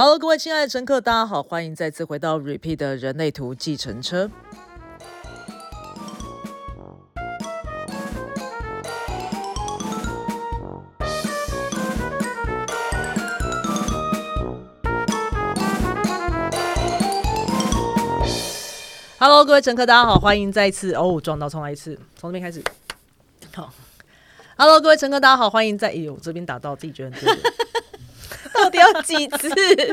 Hello， 各位亲爱的乘客，大家好，欢迎再次回到 Repeat 的人类图计程车。Hello， 各位乘客，大家好，欢迎再次撞到，重来一次，从这边开始。好 ，Hello， 各位乘客，大家好，欢迎我这边打到自己觉得很丢脸。 到底要几次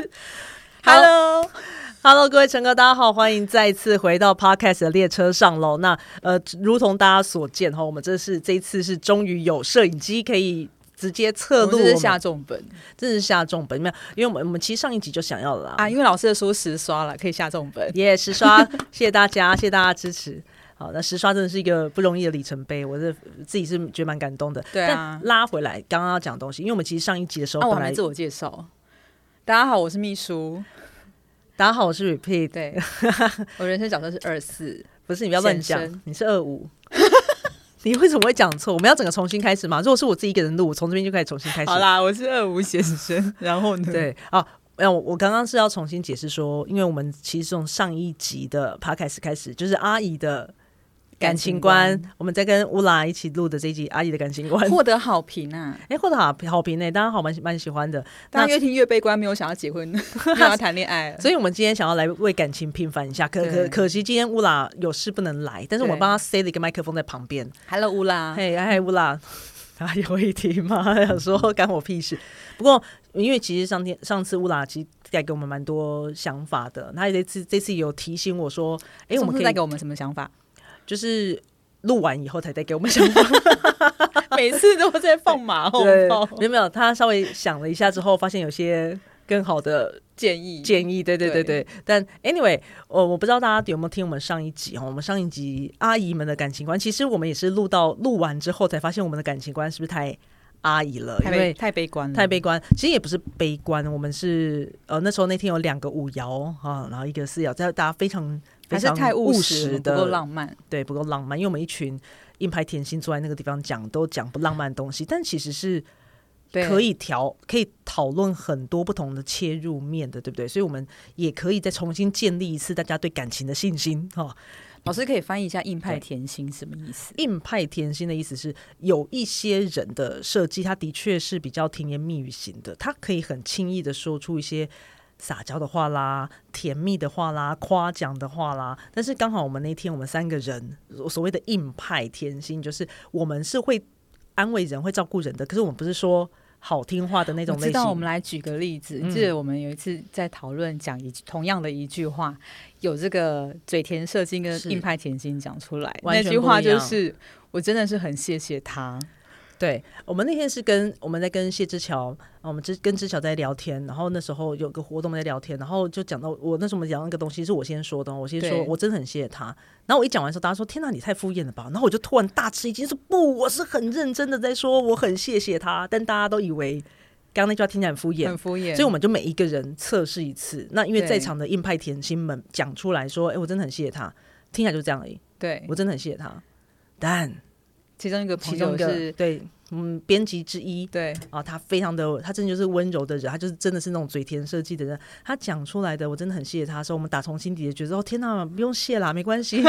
？Hello， 各位乘客，大家好，欢迎再次回到 Podcast 的列车上喽。那如同大家所见我们这一次是终于有摄影机可以直接侧录， 这是下重本， 这是下重本，因为我们其实上一集就想要了因为老师的说10刷了，可以下重本， 实刷，谢谢大家，谢谢大家支持。好，那10刷真的是一个不容易的里程碑，我自己是觉得蛮感动的。 对啊， 但拉回来刚刚要讲的东西，因为我们其实上一集的时候， 我还没自我介绍。大家好，我是秘书。 大家好，我是 Repeat。 对，我人生角色是24， 不是你不要乱讲，你是25。你为什么会讲错？我们要整个重新开始吗？如果是我自己一个人录，我从这边就开始重新开始。 好啦，我是25先生。然后呢？ 对啊。我刚刚是要重新解释说，因为我们其实从上一集的 podcast 开始，就是阿姨的感情观，我们在跟乌拉一起录的这一集阿姨的感情观获得好评啊！ 获得好评大家好蛮喜欢的。 大家越听越悲观，没有想要结婚，没有要谈恋爱， 所以我们今天想要来为感情平反一下。可惜今天乌拉有事不能来，但是我们帮他塞了一个麦克风在旁边。 Hello 乌拉， 嘿乌拉，他有一题吗？想说干我屁事。不过因为其实上次乌拉其实带给我们蛮多想法的，他这次有提醒我说，我们可以带给我们什么想法？ 就是录完以后才带给我们想法。 每次都在放马后炮。 没有，他稍微想了一下之后，发现有些更好的建议。对。但 anyway， 我不知道大家有没有听我们上一集我们上一集阿姨们的感情观，其实我们也是录完之后才发现我们的感情观是不是太阿姨了，因为太悲观了， 太悲观。其实也不是悲观，我们是那天有2个5爻然后一个4爻，大家非常太务实的， 不够浪漫， 对，不够浪漫。因为我们一群硬派甜心坐在那个地方都讲不浪漫的东西，但其实是可以讨论很多不同的切入面的，对不对？所以我们也可以再重新建立一次大家对感情的信心老师可以翻译一下硬派甜心什么意思？ 硬派甜心的意思是有一些人的设计，他的确是比较甜言蜜语型的，他可以很轻易的说出一些撒娇的话啦、甜蜜的话啦、夸奖的话啦。但是刚好我们那天我们3个人所谓的硬派甜心，就是我们是会安慰人、会照顾人的，可是我们不是说好听话的那种类型。 我知道，我们来举个例子。记得我们有一次在讨论讲同样的一句话，有这个嘴甜射精跟硬派甜心讲出来，那句话就是我真的是很谢谢他。 对，我们那天是我们在跟谢之乔，我们跟之乔在聊天，然后那时候有个活动在聊天，然后就讲到我那时候我们讲那个东西是我先说的，我先说我真的很谢谢他。然后我一讲完的时候，大家说天哪，你太敷衍了吧？然后我就突然大吃一惊，说不，我是很认真的在说我很谢谢他，但大家都以为刚刚那句话听起来很敷衍，所以我们就每一个人测试一次。那因为在场的硬派甜心们讲出来说，我真的很谢谢他，听起来就这样而已。 对， 我真的很谢谢他，但其中一个朋友是对编辑之一， 对他非常的，他真的就是温柔的人，他就是真的是那种嘴甜设计的人。他讲出来的，我真的很谢谢他。说我们打从心底的觉得，天哪，不用谢啦，没关系，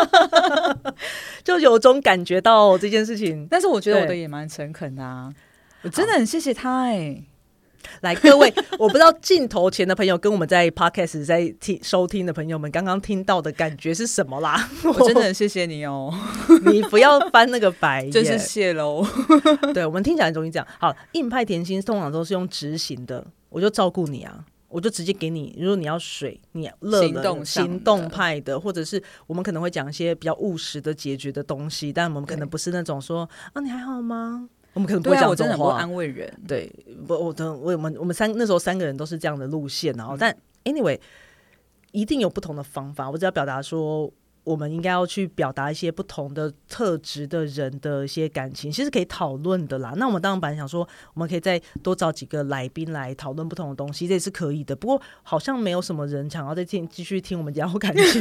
就有种感觉到这件事情。 但是我觉得我的也蛮诚恳的我真的很谢谢他来，各位，我不知道镜头前的朋友跟我们在 podcast 在收听的朋友们刚刚听到的感觉是什么啦？ 我真的很谢谢你你不要翻那个白眼， 真是谢喽。 对，我们听起来很容易这样。好，硬派甜心通常都是用执行的，我就照顾你啊，我就直接给你。如果你要水，你热了，行动派的，或者是我们可能会讲一些比较务实的解决的东西，但我们可能不是那种说你还好吗？我们可能不会讲这种话， 我真的不安慰人。 对，我们那时候3个人都是这样的路线，然后但 anyway 一定有不同的方法。我只要表达说， 我们应该要去表达一些不同的特质的人的一些感情，其实可以讨论的啦。那我们当然本来想说我们可以再多找几个来宾来讨论不同的东西，这也是可以的，不过好像没有什么人想要再继续听我们聊感情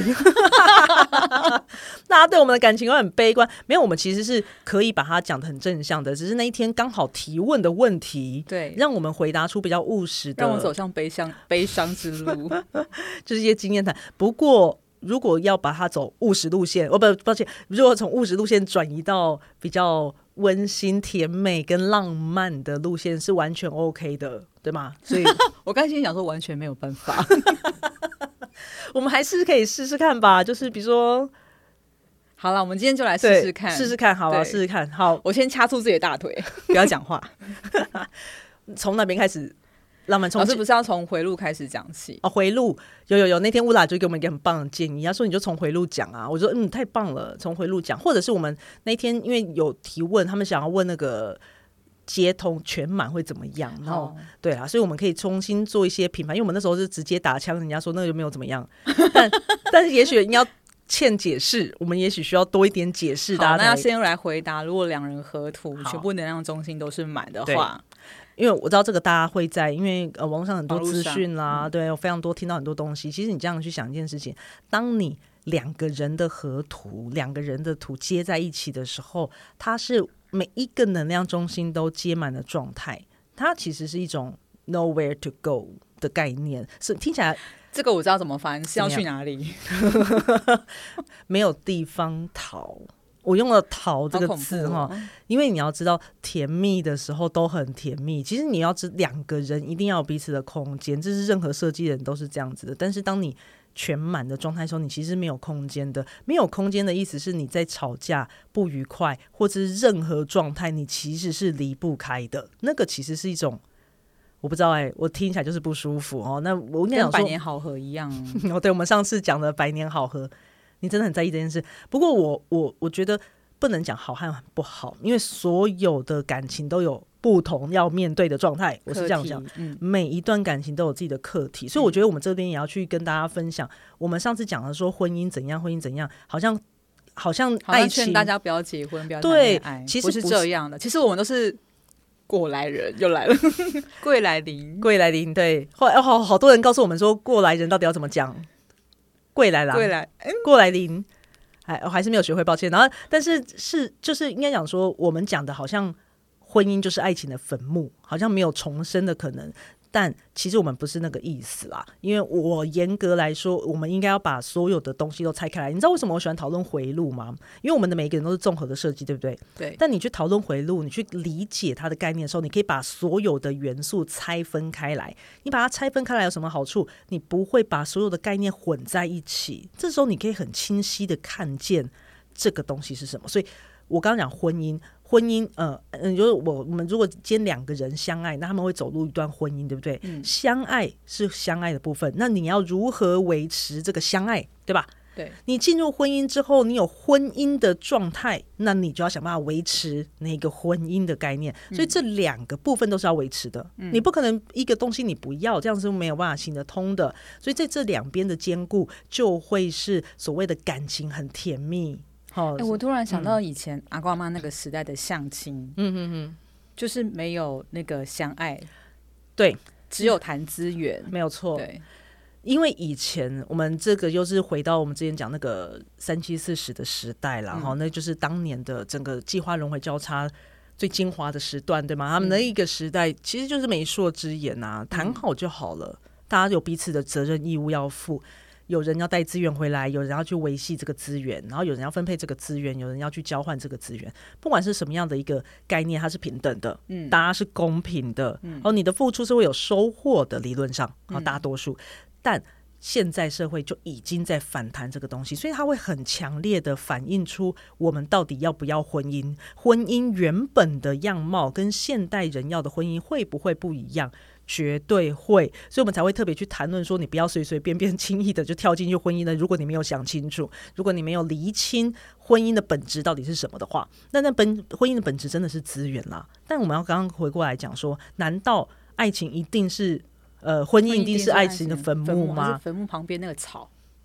大家对我们的感情会很悲观，没有，我们其实是可以把它讲得很正向的，只是那一天刚好提问的问题， 对， 让我们回答出比较务实的， 让我走向悲伤之路就是一些经验谈。不过如果要把它走务实路线，抱歉，如果从务实路线转移到比较温馨甜美跟浪漫的路线是完全 OK 的，对吗？所以我刚才心里想说完全没有办法我们还是可以试试看吧，就是比如说好了，我们今天就来试试看好了，试试看。好， 我先掐住自己的大腿不要讲话从哪边开始浪漫？ 老师不是要从回路开始讲起？ 哦，回路有，那天乌拉就给我们一个很棒的建议，他说你就从回路讲啊。我说太棒了，从回路讲，或者是我们那天因为有提问，他们想要问那个接通全满会怎么样，然后对啊，所以我们可以重新做一些品牌，因为我们那时候是直接打枪，人家说那个就没有怎么样，但是也许你要欠解释，我们也许需要多一点解释。 好，那要先来回答，如果两人合图全部能量中心都是满的话， 因为我知道这个大家会在，因为网络上很多资讯啦，对，我非常多听到很多东西。其实你这样去想一件事情，当你两个人的合图，两个人的图接在一起的时候，它是每一个能量中心都接满的状态，它其实是一种 nowhere to go 的概念，是听起来这个我知道怎么翻，是要去哪里没有地方逃。我用了逃这个字哈，因为你要知道甜蜜的时候都很甜蜜，其实你要知两个人一定要有彼此的空间，这是任何设计人都是这样子的。但是当你全满的状态的时候，你其实没有空间的。没有空间的意思是你在吵架不愉快或者是任何状态你其实是离不开的，那个其实是一种我不知道我听起来就是不舒服哦。那我跟百年好合一样哦，对，我们上次讲的百年好合，你真的很在意这件事。不过我觉得不能讲好和不好，因为所有的感情都有不同要面对的状态，我是这样讲，每一段感情都有自己的课题，所以我觉得我们这边也要去跟大家分享。我们上次讲的说婚姻怎样，好像爱情劝大家不要结婚，不要谈恋爱，其实不是这样的。其实我们都是过来人，又来了贵来临， 对。后来好多人告诉我们说过来人到底要怎么讲，贵来临，我还是没有学会，抱歉。然后但是就是应该讲说，我们讲的好像婚姻就是爱情的坟墓，好像没有重生的可能，但其实我们不是那个意思啦。因为我严格来说，我们应该要把所有的东西都拆开来。你知道为什么我喜欢讨论回路吗？因为我们的每一个人都是综合的设计，对不对？ 对。 但你去讨论回路，你去理解它的概念的时候，你可以把所有的元素拆分开来。你把它拆分开来有什么好处？你不会把所有的概念混在一起，这时候你可以很清晰的看见这个东西是什么。所以我刚刚讲婚姻就是我们如果今天两个人相爱，那他们会走入一段婚姻，对不对？相爱是相爱的部分，那你要如何维持这个相爱，对吧？ 对， 你进入婚姻之后，你有婚姻的状态，那你就要想办法维持那个婚姻的概念。所以这两个部分都是要维持的，你不可能一个东西你不要，这样是没有办法行得通的。所以在这两边的兼顾，就会是所谓的感情很甜蜜。 我突然想到以前阿公阿妈那个时代的相亲，就是没有那个相爱， 对， 只有谈资源， 没有错。 对， 因为以前我们这个又是回到我们之前讲那个3740的时代啦，那就是当年的整个计划轮回交叉最精华的时段，对吗？他们的一个时代其实就是媒妁之言啊，谈好就好了，大家有彼此的责任义务要负。有人要带资源回来，有人要去维系这个资源，然后有人要分配这个资源，有人要去交换这个资源。不管是什么样的一个概念，它是平等的，大家是公平的，你的付出是会有收获的，理论上，大多数。但现在社会就已经在反弹这个东西，所以它会很强烈的反映出我们到底要不要婚姻，婚姻原本的样貌跟现代人要的婚姻会不会不一样？绝对会，所以我们才会特别去谈论说，你不要随随便便轻易的就跳进去婚姻了。如果你没有想清楚，如果你没有厘清婚姻的本质到底是什么的话，那婚姻的本质真的是资源啦。但我们要刚刚回过来讲说，难道爱情一定是婚姻一定是爱情的坟墓吗？ 坟墓旁边那个草，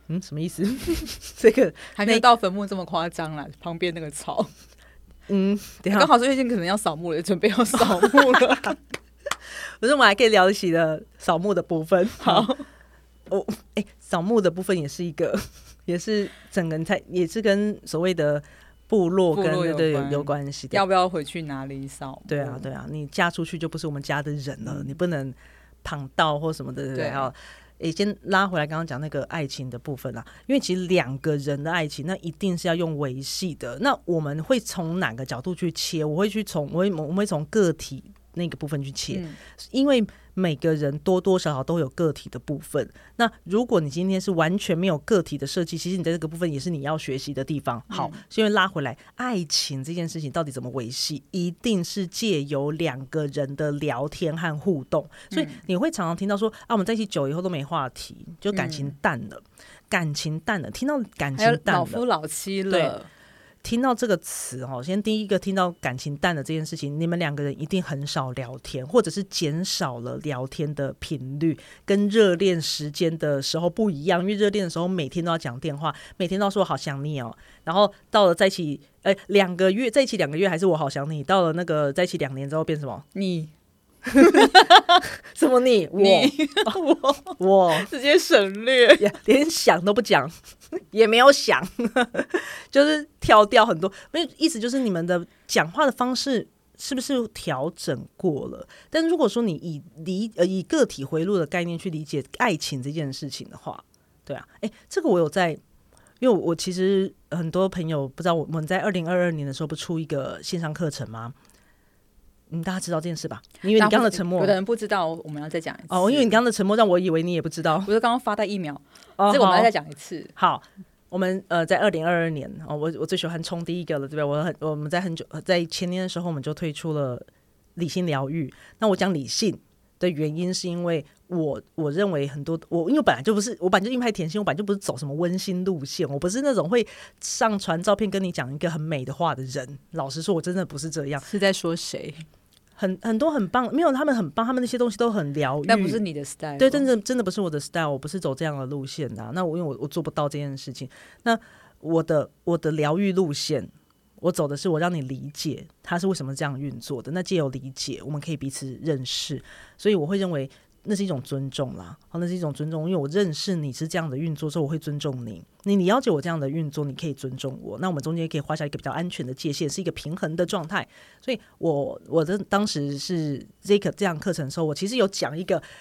什么意思？这个还没有到坟墓这么夸张啦，旁边那个草。刚好是最近可能要扫墓了，准备要扫墓了。 可是我们还可以聊得起的扫墓的部分。 好， 扫墓的部分也是一个，也是整个也是跟所谓的部落跟有关系的。 要不要回去哪里扫墓？ 对啊，你嫁出去就不是我们家的人了，你不能旁道或什么的，对不对？好。先拉回来刚刚讲那个爱情的部分啦，因为其实两个人的爱情那一定是要用维系的。那我们会从哪个角度去切？我们会从个体那个部分去切，因为每个人多多少少都有个体的部分。那如果你今天是完全没有个体的设计，其实你在这个部分也是你要学习的地方。好，所以拉回来，爱情这件事情到底怎么维系，一定是借由两个人的聊天和互动。所以你会常常听到说我们在一起久以后都没话题，就感情淡了，感情淡了。听到感情淡了， 老夫老妻了。 听到这个词先第一个听到感情淡的这件事情，你们两个人一定很少聊天，或者是减少了聊天的频率，跟热恋时间的时候不一样。因为热恋的时候每天都要讲电话，每天都要说好想你然后到了在一起2个月，在一起2个月还是我好想你，到了那个在一起2年之后变什么你什么你我直接省略， 连想都不讲，也没有想就是挑掉很多。意思就是你们的讲话的方式是不是调整过了？但如果说你以个体回路的概念去理解爱情这件事情的话，对啊，这个我有在，因为我其实很多朋友不知道，我们在2022年的时候不出一个线上课程吗？大家知道这件事吧？因为你刚刚的沉默， 有的人不知道，我们要再讲一次。 因为你刚刚的沉默让我以为你也不知道。 我就刚刚发带1秒，这个我们要再讲一次。 好，我们在2022年我最喜欢冲第一个了，对不对？我们在前年的时候我们就推出了理性疗愈。那我讲理性的原因是因为我认为很多因为我本来就硬派甜心，我本来就不是走什么温馨路线，我不是那种会上传照片跟你讲一个很美的话的人。老实说，我真的不是这样。 是在说谁？ 很多很棒，没有，他们很棒，他们那些东西都很疗愈， 但不是你的 style。 对，真的不是我的 style， 我不是走这样的路线的那因为我做不到这件事情。那我的疗愈路线，我走的是我让你理解它是为什么这样运作的。那藉由理解，我们可以彼此认识，所以我会认为那是一种尊重啦。那是一种尊重，因为我认识你是这样的运作，所以我会尊重你。你了解我这样的运作，你可以尊重我。那我们中间可以画下一个比较安全的界限，是一个平衡的状态。所以我当时是这样课程的时候，我其实有讲一个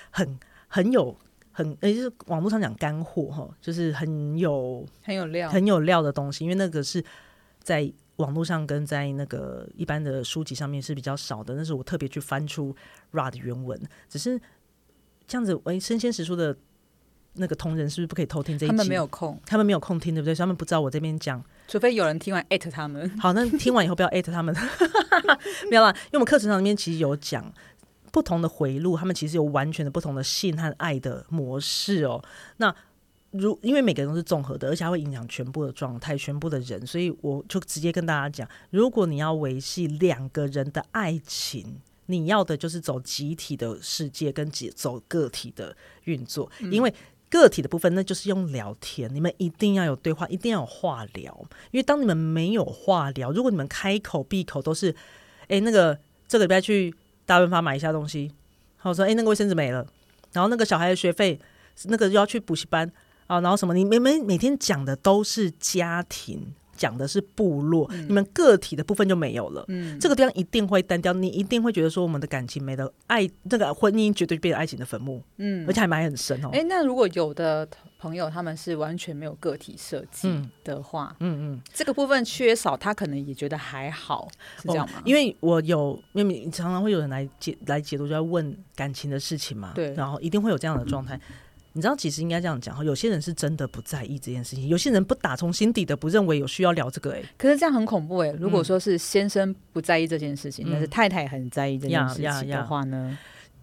就是网络上讲干货就是很有料的东西，因为那个是在网络上跟在那个一般的书籍上面是比较少的。那是我特别去翻出 Ra 的原文，只是这样子身先时书的那个同仁是不是不可以偷听这一集？ 他们没有空听，对不对？所以他们不知道我这边讲， 除非有人听完@他们。 好，那听完以后不要@他们没有啦，因为我们课程上面其实有讲不同的回路，他们其实有完全的不同的性和爱的模式那因为每个人都是综合的，而且它会影响全部的状态，全部的人，所以我就直接跟大家讲，如果你要维系两个人的爱情，你要的就是走集体的世界跟走个体的运作。因为个体的部分那就是用聊天，你们一定要有对话，一定要有话聊。因为当你们没有话聊，如果你们开口闭口都是那个这个礼拜去大润发买一下东西，我说那个卫生纸没了，然后那个小孩的学费那个又要去补习班然后什么，你每天讲的都是家庭，讲的是部落，你们个体的部分就没有了。这个地方一定会单调，你一定会觉得说我们的感情没了，这个婚姻绝对变成爱情的坟墓。而且还埋很深那如果有的朋友他们是完全没有个体设计的话，这个部分缺少，他可能也觉得还好，是这样吗？ 因为常常会有人来解读，就在问感情的事情嘛，对，然后一定会有这样的状态。你知道其实应该这样讲，有些人是真的不在意这件事情，有些人不打从心底的不认为有需要聊这个可是这样很恐怖如果说是先生不在意这件事情，但是太太很在意这件事情的话呢？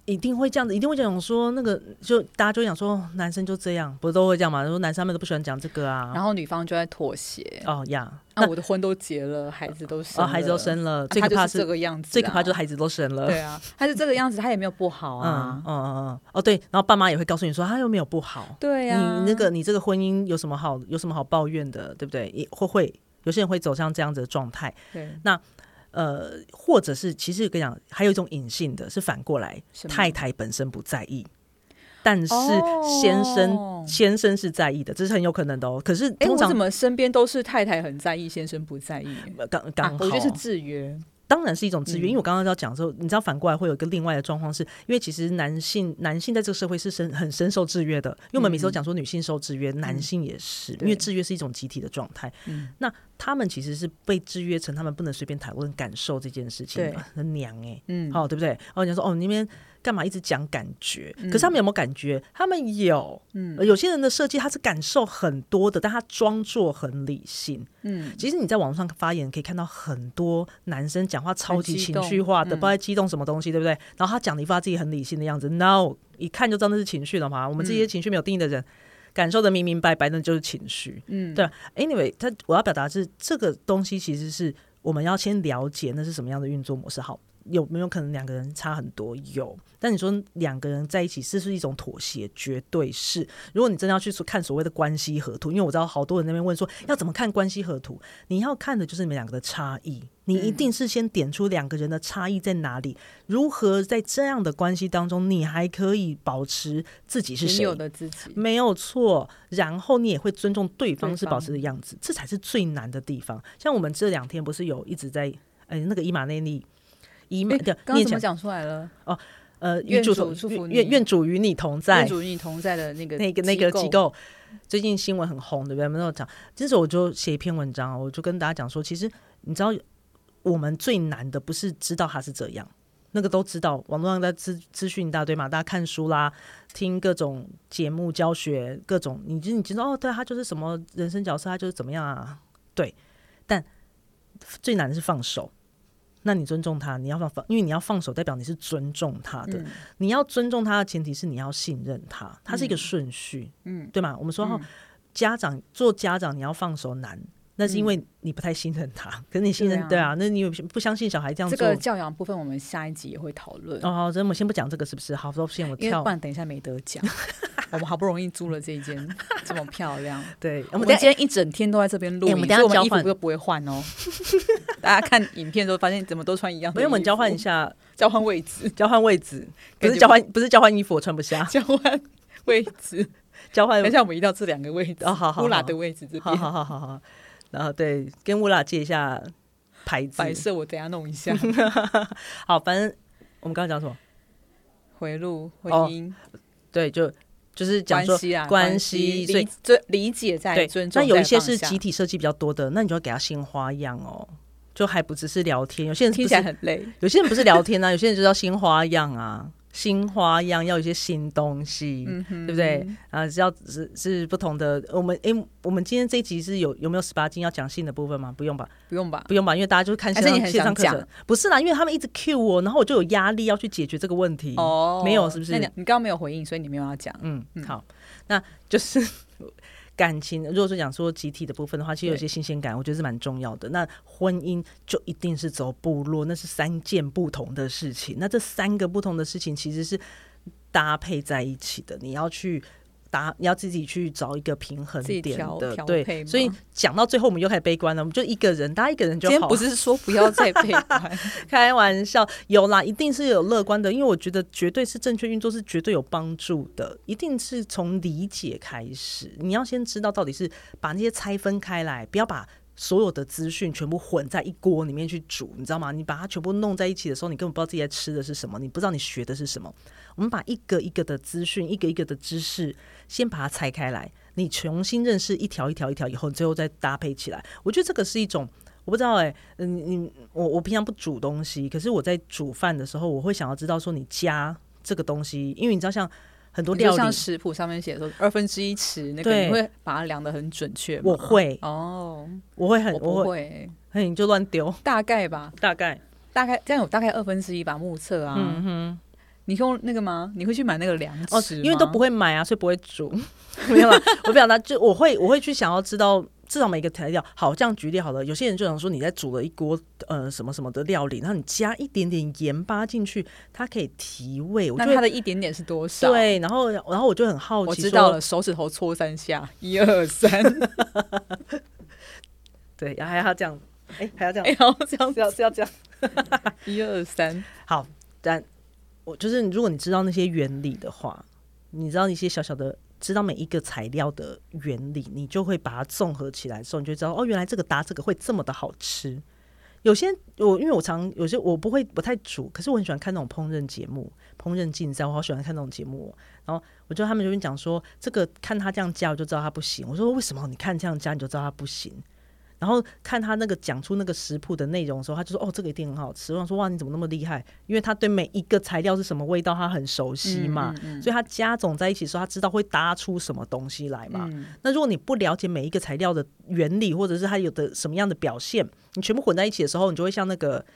一定会这样子，一定会讲说那个，就大家就会讲说男生就这样，不是都会这样嘛？说男生他们都不喜欢讲这个啊， 然后女方就在妥协。 哦呀， 那我的婚都结了，孩子都生了， 孩子都生了，最可怕是这个样子， 最可怕就是孩子都生了。 对啊，他是这个样子，他也没有不好啊。 哦对，然后爸妈也会告诉你说他又没有不好， 对啊， 你这个婚姻有什么好抱怨的，对不对？会有些人会走向这样子的状态。 对， 那。或者是其实跟你讲，还有一种隐性的是反过来，太太本身不在意，但是先生是在意的，这是很有可能的哦。可是通常我怎么身边都是太太很在意，先生不在意？ 刚好我觉得是制约。 当然是一种制约，因为我刚刚要讲的时候，你知道反过来会有一个另外的状况，是因为其实男性在这个社会是很深受制约的，因为我们每次都讲说女性受制约，男性也是，因为制约是一种集体的状态。那他们其实是被制约成他们不能随便讨论感受这件事情的，很娘好，对不对？你说你那边干嘛一直讲感觉？可是他们有没有感觉？他们有。有些人的设计他是感受很多的，但他装作很理性。其实你在网上发言可以看到很多男生讲话超级情绪化的，不知道在激动什么东西，对不对？然后他讲的一副他自己很理性的样子 ，no， 一看就知道那是情绪了嘛。我们这些情绪没有定义的人，感受的明明白白，那就是情绪。对。Anyway， 我要表达的是这个东西其实是我们要先了解那是什么样的运作模式。好。有没有可能两个人差很多？有，但你说两个人在一起是不是一种妥协？绝对是。如果你真的要去看所谓的关系河图，因为我知道好多人那边问说要怎么看关系河图，你要看的就是你们两个的差异，你一定是先点出两个人的差异在哪里，如何在这样的关系当中你还可以保持自己是谁， 原有的自己， 没有错，然后你也会尊重对方是保持的样子，这才是最难的地方。像我们这2天不是有一直在那个伊玛内利刚刚怎么讲出来了？愿主与你同在， 愿主与你同在的那个机构，最近新闻很红，对不对？没有讲，这时候我就写一篇文章，我就跟大家讲说，其实你知道，我们最难的不是知道他是这样，那个都知道，网络上在资讯一大堆嘛，大家看书啦，听各种节目教学，各种你知道对，他就是什么人生角色，他就是怎么样啊？对，但最难的是放手。那你尊重他，你要放，因为你要放手，代表你是尊重他的。你要尊重他的前提是你要信任他，他是一个顺序，对吗？我们说做家长你要放手难，那是因为你不太信任他，可是你信任，对啊，那你不相信小孩这样做。 这个教养部分我们下一集也会讨论。 好，我们先不讲这个是不是？好，先我跳， 因为不然等一下没得讲。我们好不容易租了这间这么漂亮， 对， 我们今天一整天都在这边录影，所以我们衣服都不会换哦。大家看影片都发现怎么都穿一样的衣服， 所以我们交换一下， 交换位置， 不是交换衣服，我穿不下， 交换位置， 交换。 等一下我们移到这2个位置， 好， 乌拉的位置这边， 好，然后对，跟乌拉借一下牌子， 摆设我等一下弄一下。 好，反正我们刚刚讲什么？ 回路婚姻， 对，就是讲说关系，所以理解在尊重。 那有一些是集体设计比较多的，那你就要给他新花样哦，就还不只是聊天。有些人听起来很累， 有些人不是聊天啊，有些人就叫新花样啊。新花样要有一些新东西，对不对？是不同的。我们今天这一集是有没有18禁要讲性的部分吗？不用吧，因为大家就是看线上课程。不是啦，因为他们一直 cue 我，然后我就有压力要去解决这个问题。没有，是不是？ 你刚刚没有回应，所以你没有要讲。 好，那就是感情。如果说讲说集体的部分的话，其实有些新鲜感，我觉得是蛮重要的。那婚姻就一定是走部落，那是3件不同的事情。那这3个不同的事情其实是搭配在一起的，你要自己去找一个平衡点的，对。所以讲到最后，我们又开始悲观了。我们就一个人，大家一个人就好。 今天不是说不要再悲观， 开玩笑，有啦，一定是有乐观的，因为我觉得绝对是正确运作，是绝对有帮助的。一定是从理解开始，你要先知道到底是把那些拆分开来，不要把所有的资讯全部混在一锅里面去煮，你知道吗？你把它全部弄在一起的时候，你根本不知道自己在吃的是什么，你不知道你学的是什么。我们把一个一个的资讯，一个一个的知识，先把它拆开来，你重新认识一条一条一条以后，最后再搭配起来。我觉得这个是一种，我不知道我平常不煮东西，可是我在煮饭的时候，我会想要知道说你加这个东西，因为你知道像很多料理， 就像食谱上面写说1/2匙那个，你会把它量得很准确吗？ 我会我会我不会， 你就乱丢， 大概吧， 大概这样有大概1/2吧，目测啊。 你用那个吗？你会去买那个量尺吗？ 因为都不会买啊，所以不会煮。没有啦，我表达就我会去想要知道至少每一个材料。好，这样举例好了，有些人就想说你在煮了一锅什么什么的料理，然后你加一点点盐巴进去，它可以提味。 那它的一点点是多少？ 对，然后我就很好奇， 我知道了，手指头搓3下，1、2、3。 对，还要这样，还要这样，要这样 ，1、2、3。 好，但我就是如果你知道那些原理的话，你知道一些小小的，知道每一个材料的原理，你就会把它综合起来的时候，你就知道哦，原来这个搭这个会这么的好吃。有些因为有些我不太煮，可是我很喜欢看那种烹饪节目、烹饪竞赛，我好喜欢看那种节目。然后我就他们就会讲说，这个看他这样加我就知道他不行。我说为什么？你看这样加你就知道他不行。然后看他那个讲出那个食谱的内容的时候，他就说哦，这个一定很好吃。我想说哇，你怎么那么厉害？因为他对每一个材料是什么味道他很熟悉嘛，所以他加总在一起的时候，他知道会搭出什么东西来嘛。那如果你不了解每一个材料的原理，或者是它有的什么样的表现，你全部混在一起的时候，你就会像那个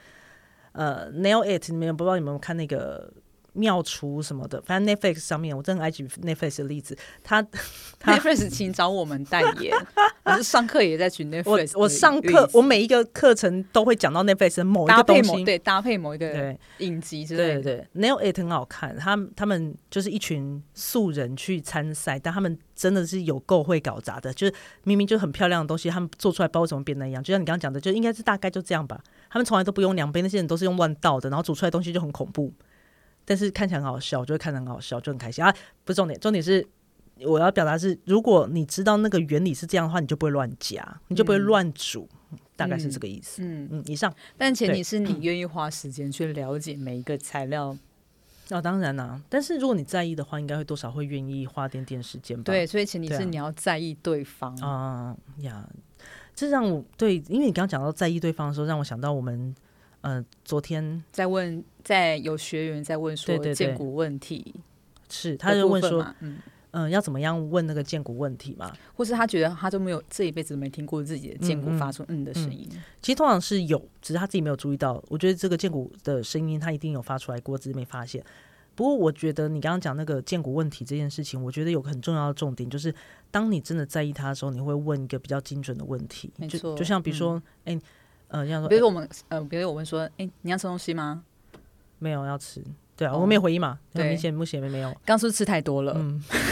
Nail It 里面，不知道你们有没有看那个妙厨什么的，反正 Netflix 上面，我真的很爱举 Netflix 的例子。 Netflix 请找我们代言，我是上课也在举 Netflix。 我上课，我每一个课程都会讲到 Netflix 的某一个东西， 搭配某一个影集之类的。 对 ，Nail It 很好看，他们就是一群素人去参赛，但他们真的是有够会搞砸的，就是明明就很漂亮的东西，他们做出来不知道为什么变那样。就像你刚刚讲的，就应该是大概就这样吧。他们从来都不用量杯，那些人都是用乱倒的，然后煮出来的东西就很恐怖。但是看起来很好笑，就会看得很好笑，就很开心啊！不是重点，重点是我要表达是，如果你知道那个原理是这样的话，你就不会乱加，你就不会乱煮，大概是这个意思。以上。 但前提是你愿意花时间去了解每一个材料。 当然啦，但是如果你在意的话，应该会多少会愿意花点时间吧。 对，所以前提是你要在意对方这让我因为你刚刚讲到在意对方的时候，让我想到我们。昨天在有学员在问说荐股问题， 是他就问说，要怎么样问那个荐股问题嘛？ 或是他觉得他都没有这一辈子没听过自己的荐股发出的声音。 其实通常是有，只是他自己没有注意到。我觉得这个荐股的声音他一定有发出来过，只是没发现。不过我觉得你刚刚讲那个荐股问题这件事情，我觉得有个很重要的重点，就是当你真的在意他的时候，你会问一个比较精准的问题。 没错， 就像比如说， 比如说我问说，你要吃东西吗？ 没有要吃。对啊，我没有回应嘛，很明显目前没有。 刚是不是吃太多了？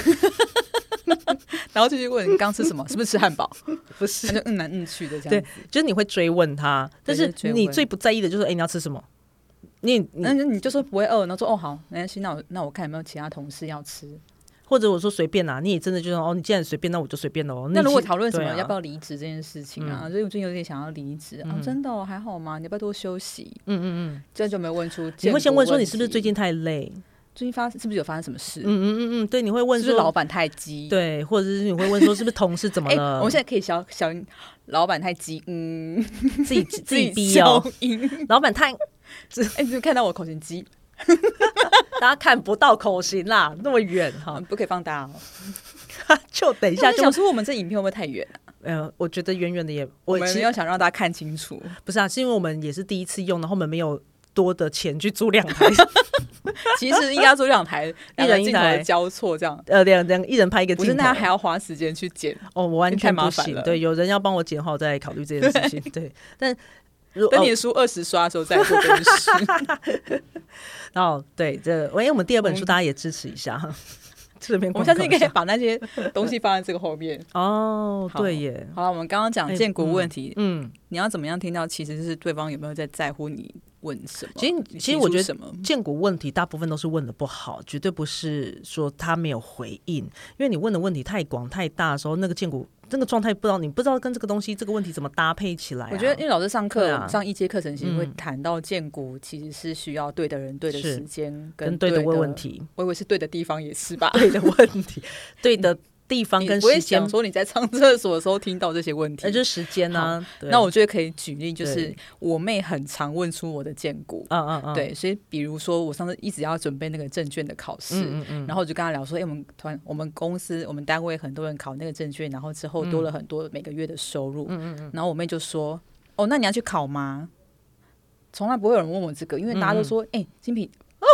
然后继续问你刚吃什么，是不是吃汉堡？ 不是， 他就来去的这样子。 对，就是你会追问他，但是你最不在意的就是，你要吃什么？你就说不会饿，然后说好，没关系，那我看有没有其他同事要吃。 或者我说随便你也真的就说你既然随便，那我就随便咯。 那如果讨论什么要不要离职这件事情所以我最近有点想要离职真的还好吗？你要不要多休息？这就没有问出。 你会先问说你是不是最近太累？ 最近是不是有发生什么事？ 对，你会问说是不是老板太急？ 对，或者是你会问说是不是同事怎么了？ 我们现在可以小老板太急， 自己逼哦。老板太你就看到我口型急。 大家看不到口型啦，那么远不可以放大就等一下就想说我们这影片会不会太远我觉得远远的也， 我们没有想让大家看清楚。 不是是因为我们也是第一次用，然后我们没有多的钱去租2台。 其实应该租2台， 一人一台交错这样。 一人拍一个镜头， 不是那还要花时间去剪我完全不行。对，有人要帮我剪好再来考虑这件事情。对，但等你的书20刷的时候再做这件事。 对，我们第2本书大家也支持一下。 我们下次应该把那些东西放在这个后面。 对耶。 好了，我们刚刚讲荐股问题，你要怎么样听到其实是对方有没有在乎你问什么？ 其实我觉得荐股问题大部分都是问的不好，绝对不是说他没有回应，因为你问的问题太广太大的时候，那个荐股这个状态你不知道跟这个东西这个问题怎么搭配起来我觉得因为老师上课上一节课程其实会谈到荐股其实是需要对的人对的时间跟对的问题， 我以为是对的地方也是吧。 对的问题对的地方跟时间， 你不会想说你在上厕所的时候听到这些问题， 就是时间啊。 那我觉得可以举例，就是我妹很常问出我的荐股，对，所以比如说我上次一直要准备那个证券的考试，然后我就跟她聊说，我们公司我们单位很多人考那个证券，然后之后多了很多每个月的收入，然后我妹就说，那你要去考吗？从来不会有人问我这个，因为大家都说，金平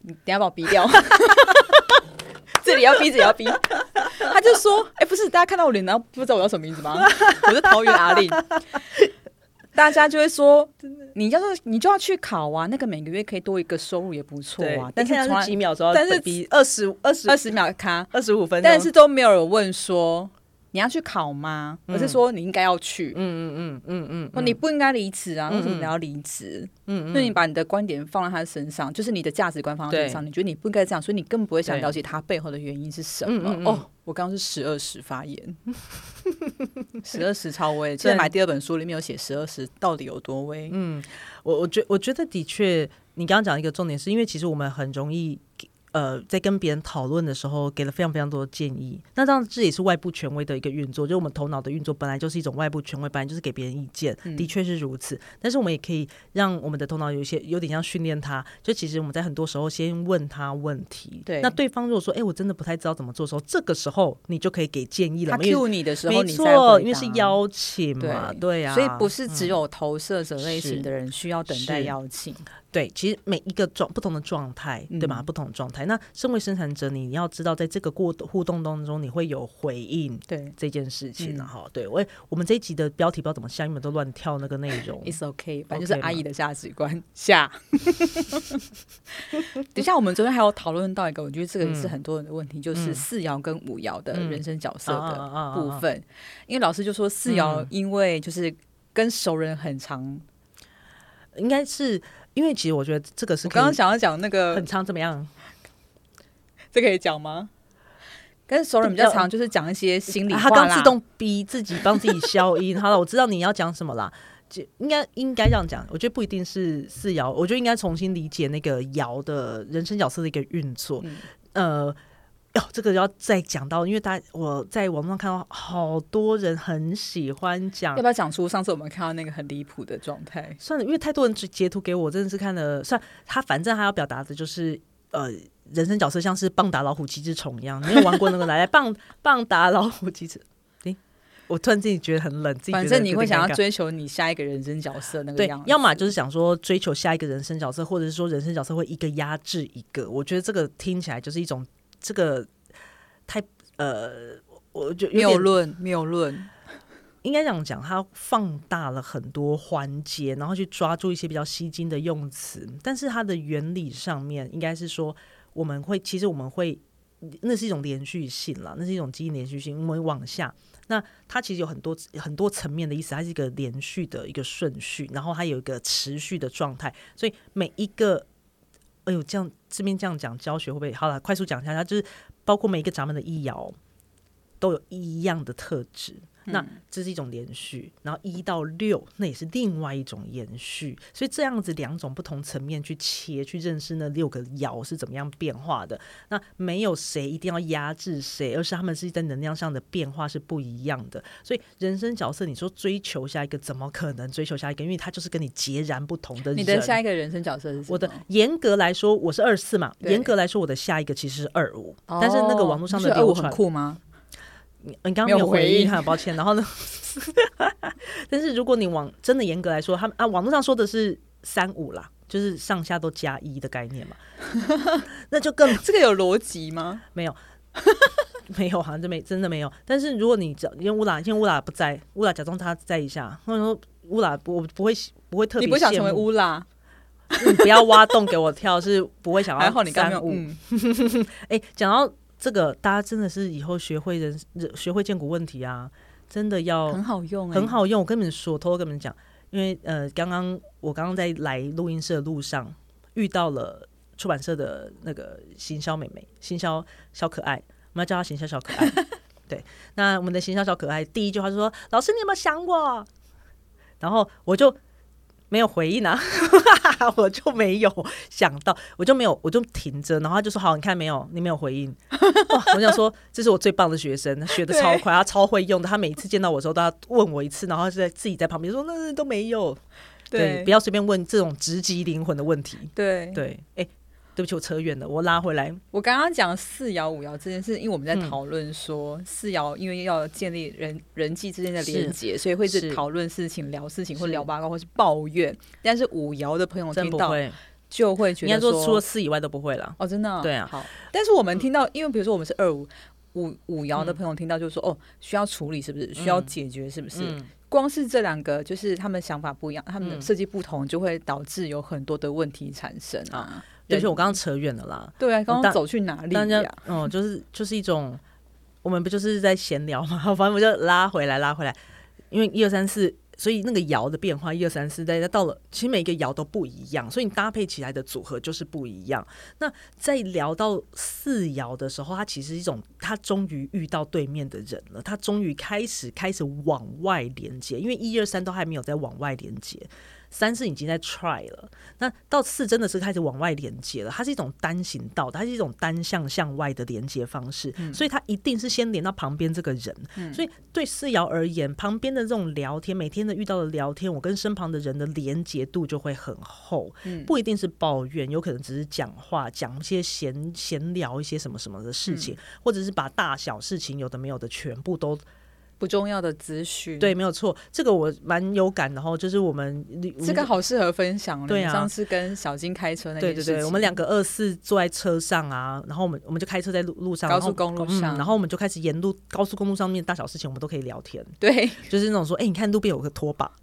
你等一下把我逼掉。这里要逼，这里要逼。他就说：“不是，大家看到我脸，然后不知道我叫什么名字吗？我是桃园阿令。”大家就会说：“你就要去考啊，那个每个月可以多一个收入也不错啊。”但是从几秒钟， 但是比20 秒卡 25分钟， 但是都没有人问说。你要去考吗？而是说你应该要去。你不应该离职啊？为什么你要离职？因为你把你的观点放在他身上，就是你的价值观放在身上，你觉得你不应该这样，所以你根本不会想了解他背后的原因是什么。我刚刚是12时发言，12时超威。现在买第2本书里面有写12时到底有多威。 我觉得的确，你刚刚讲一个重点是因为其实我们很容易。在跟别人讨论的时候给了非常非常多的建议，那当然这也是外部权威的一个运作，就是我们头脑的运作本来就是一种外部权威，本来就是给别人意见，的确是如此。但是我们也可以让我们的头脑有点像训练它，就其实我们在很多时候先问他问题， 对， 那对方如果说我真的不太知道怎么做的时候，这个时候你就可以给建议了。 他 cue 你的时候， 没错，因为是邀请嘛，对啊， 所以不是只有投射者类型的人需要等待邀请。 对，其实每一个不同的状态，对吧？不同的状态。那身为生产者，你要知道，在这个互动当中，你会有回应这件事情啊。哈，对，我们这一集的标题不知道怎么下，因为都乱跳那个内容。 It's okay， 反正就是阿姨的价值观下。等一下，我们昨天还有讨论到一个，我觉得这个也是很多人的问题，就是4爻跟5爻的人生角色的部分。因为老师就说4爻，因为就是跟熟人很长， 应该是。因为其实我觉得这个是我刚刚想要讲那个很长怎么样？ 这可以讲吗？跟熟人比较长，就是讲一些心里话啦。 他刚自动逼自己帮自己消音。好了，我知道你要讲什么啦。应该这样讲，我觉得不一定是4爻，我觉得应该重新理解那个爻的人生角色的一个运作。这个要再讲到，因为我在网上看到好多人很喜欢讲， 要不要讲出上次我们看到那个很离谱的状态？ 算了，因为太多人截图给我，真的是看了。算他反正他要表达的就是人生角色像是棒打老虎鸡之虫一样，你有玩过那个来棒打老虎鸡之？我突然自己觉得很冷，自己觉得反正你会想要追求你下一个人生角色那个样子， 对，要么就是想说追求下一个人生角色，或者是说人生角色会一个压制一个。我觉得这个听起来就是一种这个太我觉得谬论， 应该这样讲，它放大了很多环节，然后去抓住一些比较吸睛的用词，但是它的原理上面应该是说，其实我们会，那是一种连续性啦，那是一种基因连续性，我们往下，那它其实有很多层面的意思，它是一个连续的一个顺序，然后它有一个持续的状态，所以每一个，这样这边这样讲教学会不会好了？快速讲一下，它就是包括每一个闸门的一爻都有一样的特质。那这是一种连续，然后1到6那也是另外一种延续，所以这样子2种不同层面去切，去认识那6个爻是怎么样变化的。那没有谁一定要压制谁，而是他们是在能量上的变化是不一样的。所以人生角色，你说追求下一个，怎么可能追求下一个？因为他就是跟你截然不同的人。 你的下一个人生角色是什么？ 我的严格来说，我是24嘛，严格来说我的下一个其实是25，但是那个网络上的流传很酷吗？ 你刚刚没有回应，很抱歉。然后呢，但是如果你真的严格来说，网络上说的是35啦，就是上下都加1的概念嘛，那就更这个有逻辑吗？ 没有，没有，好像真的没有。但是如果你因为乌拉不在，乌拉假装他在一下，或者说乌拉我不会特别， 你不想成为乌拉？ 你不要挖洞给我跳，是不会想要。 还好你刚没有。 讲到这个，大家真的是以后学会建股问题啊，真的要很好用， 很好用。我跟你们说，偷偷跟你们讲，因为我刚刚在来录音室的路上遇到了出版社的那个行销妹妹，行销小可爱，我们要叫她行销小可爱。对，那我们的行销小可爱第一句话就说：“老师，你有没有想我？”然后我就没有回应啊，我就没有想到，我就停着，然后他就说好，你看没有，你没有回应。哇，我想说这是我最棒的学生，学得超快，他超会用的，他每一次见到我的时候都要问我一次，然后自己在旁边说那都没有。对，不要随便问这种直击灵魂的问题。 对， 对不起，我扯远了，我拉回来。 我刚刚讲4爻5爻这件事，因为我们在讨论说4爻因为要建立人际之间的连结，所以会是讨论事情、聊事情或聊八卦或是抱怨。但是5爻的朋友听到就会觉得应该说除了4以外都不会了。 哦，真的、 对啊。 好，但是我们听到，因为比如说我们是25爻的朋友听到就是说，哦，需要处理是不是？需要解决是不是？光是这2个，就是他们想法不一样，他们的设计不同，就会导致有很多的问题产生啊。 而且我刚刚扯远了啦。 对啊，刚刚走去哪里呀？ 就是一种，我们不就是在闲聊嘛？反正我就拉回来，因为1、2、3、4。所以那个爻的变化，1、2、3、4，大家到了，其实每个爻都不一样，所以你搭配起来的组合就是不一样。那在聊到4爻的时候，它其实是一种，他终于遇到对面的人了，他终于开始往外连接，因为1、2、3都还没有在往外连接。3是已经在 try 了，那到4真的是开始往外连接了，它是一种单行道，它是一种单向外的连接方式，所以它一定是先连到旁边这个人，所以对4爻而言，旁边的这种聊天，每天的遇到的聊天，我跟身旁的人的连结度就会很厚，不一定是抱怨，有可能只是讲话，讲一些闲聊一些什么什么的事情，或者是把大小事情有的没有的全部都不重要的资讯。 对，没有错，这个我蛮有感的齁，就是我们这个好适合分享。 对啊， 上次跟小金开车那件事情， 对，我们2个24坐在车上啊，然后我们就开车在路上， 高速公路上， 然后我们就开始沿路高速公路上面大小事情我们都可以聊天。 对， 就是那种说，你看路边有个拖把，